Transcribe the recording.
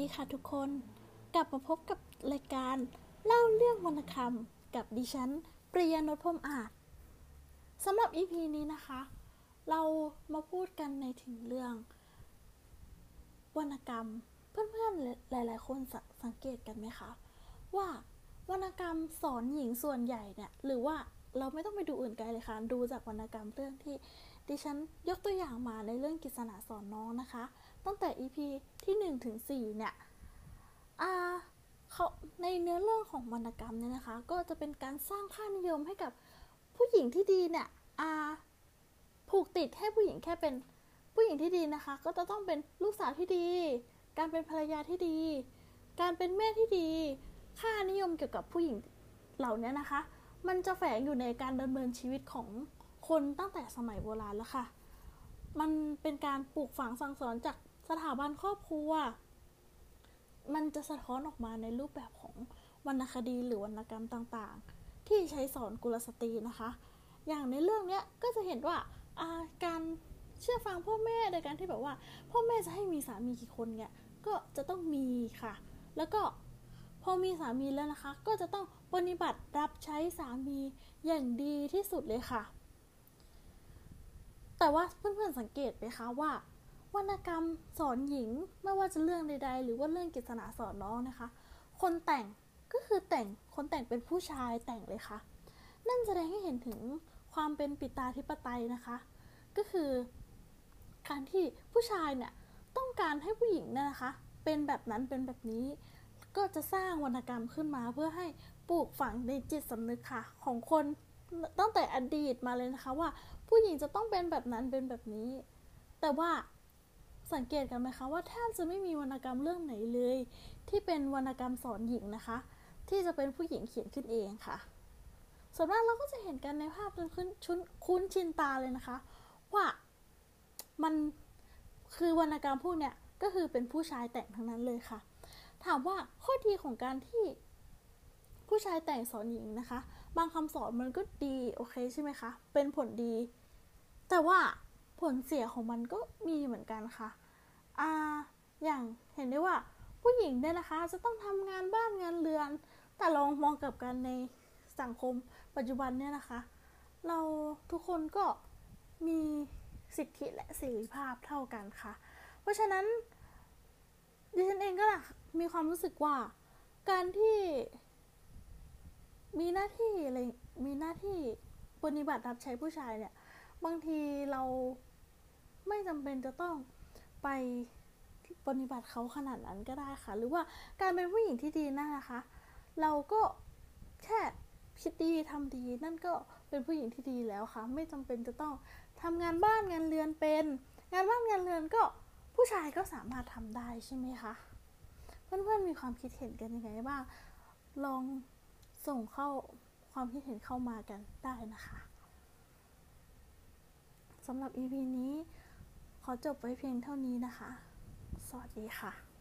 ค่ะทุกคนกลับมาพบกับรายการเล่าเรื่องวรรณคำกับดิฉันปริยานุชพรหมอาจสำหรับ EP นี้นะคะเรามาพูดกันในถึงเรื่องวรรณกรรมเพื่อนๆหลายๆคนสังเกตกันไหมคะว่าวรรณกรรมสอนหญิงส่วนใหญ่เนี่ยหรือว่าเราไม่ต้องไปดูอื่นไกลเลยค่ะดูจากวรรณกรรมเรื่องที่ดิฉันยกตัวอย่างมาในเรื่องกฤษณาสอนน้องนะคะตั้งแต่ EP ที่1ถึง4เนี่ยเขาในเนื้อเรื่องของวรรณกรรมเนี่ยนะคะก็จะเป็นการสร้างค่านิยมให้กับผู้หญิงที่ดีเนี่ยผูกติดให้ผู้หญิงแค่เป็นผู้หญิงที่ดีนะคะก็จะต้องเป็นลูกสาวที่ดีการเป็นภรรยาที่ดีการเป็นแม่ที่ดีค่านิยมเกี่ยวกับผู้หญิงเหล่านี้นะคะมันจะแฝงอยู่ในการดำเนินชีวิตของคนตั้งแต่สมัยโบราณแล้วค่ะมันเป็นการปลูกฝังสั่งสอนจากสถาบันครอบครัวมันจะสะท้อนออกมาในรูปแบบของวรรณคดีหรือวรรณกรรมต่างๆที่ใช้สอนกุลสตรีนะคะอย่างในเรื่องนี้ก็จะเห็นว่าการเชื่อฟังพ่อแม่โดยการที่แบบว่าพ่อแม่จะให้มีสามีกี่คนเนี่ยก็จะต้องมีค่ะแล้วก็พอมีสามีแล้วนะคะก็จะต้องปฏิบัติรับใช้สามีอย่างดีที่สุดเลยค่ะแต่ว่าเพื่อนๆสังเกตไหมคะว่าวรรณกรรมสอนหญิงไม่ว่าจะเรื่องใดๆหรือว่าเรื่องกฤษณาสอนน้องนะคะคนแต่งก็คือคนแต่งเป็นผู้ชายแต่งเลยค่ะนั่นแสดงให้เห็นถึงความเป็นปิตาธิปไตยนะคะก็คือการที่ผู้ชายเนี่ยต้องการให้ผู้หญิงนะคะเป็นแบบนั้นเป็นแบบนี้ก็จะสร้างวรรณกรรมขึ้นมาเพื่อให้ปลูกฝังในจิตสำนึกค่ะของคนตั้งแต่อดีตมาเลยนะคะว่าผู้หญิงจะต้องเป็นแบบนั้นเป็นแบบนี้แต่ว่าสังเกตกันไหมคะว่าแทบจะไม่มีวรรณกรรมเรื่องไหนเลยที่เป็นวรรณกรรมสอนหญิงนะคะที่จะเป็นผู้หญิงเขียนขึ้นเองค่ะส่วนมากเราก็จะเห็นกันในภาพจนคุ้นชินตาเลยนะคะว่ามันคือวรรณกรรมพวกเนี้ยก็คือเป็นผู้ชายแต่งทั้งนั้นเลยค่ะถามว่าข้อดีของการที่ผู้ชายแต่งสอนหญิงนะคะบางคำสอนมันก็ดีโอเคใช่ไหมคะเป็นผลดีแต่ว่าผลเสียของมันก็มีเหมือนกันค่ะอย่างเห็นได้ว่าผู้หญิงเนี่ยนะคะจะต้องทำงานบ้านงานเรือนแต่ลองมองกลับกันในสังคมปัจจุบันเนี่ยนะคะเราทุกคนก็มีสิทธิและเสรีภาพเท่ากันค่ะเพราะฉะนั้นดิฉันเองก็มีความรู้สึกว่าการที่มีหน้าที่อะไรมีหน้าที่ปฏิบัติรับใช้ผู้ชายเนี่ยบางทีเราไม่จำเป็นจะต้องไปปฏิบัติเขาขนาดนั้นก็ได้ค่ะหรือว่าการเป็นผู้หญิงที่ดีนะคะเราก็แค่คิดดีทำดีนั่นก็เป็นผู้หญิงที่ดีแล้วค่ะไม่จำเป็นจะต้องทำงานบ้านงานเรือนเป็นงานบ้านงานเรือนก็ผู้ชายก็สามารถทำได้ใช่ไหมคะเพื่อนๆมีความคิดเห็นกันยังไงบ้างลองส่งเข้าความคิดเห็นเข้ามากันได้นะคะสำหรับ EP นี้ขอจบไว้เพียงเท่านี้นะคะสวัสดีค่ะ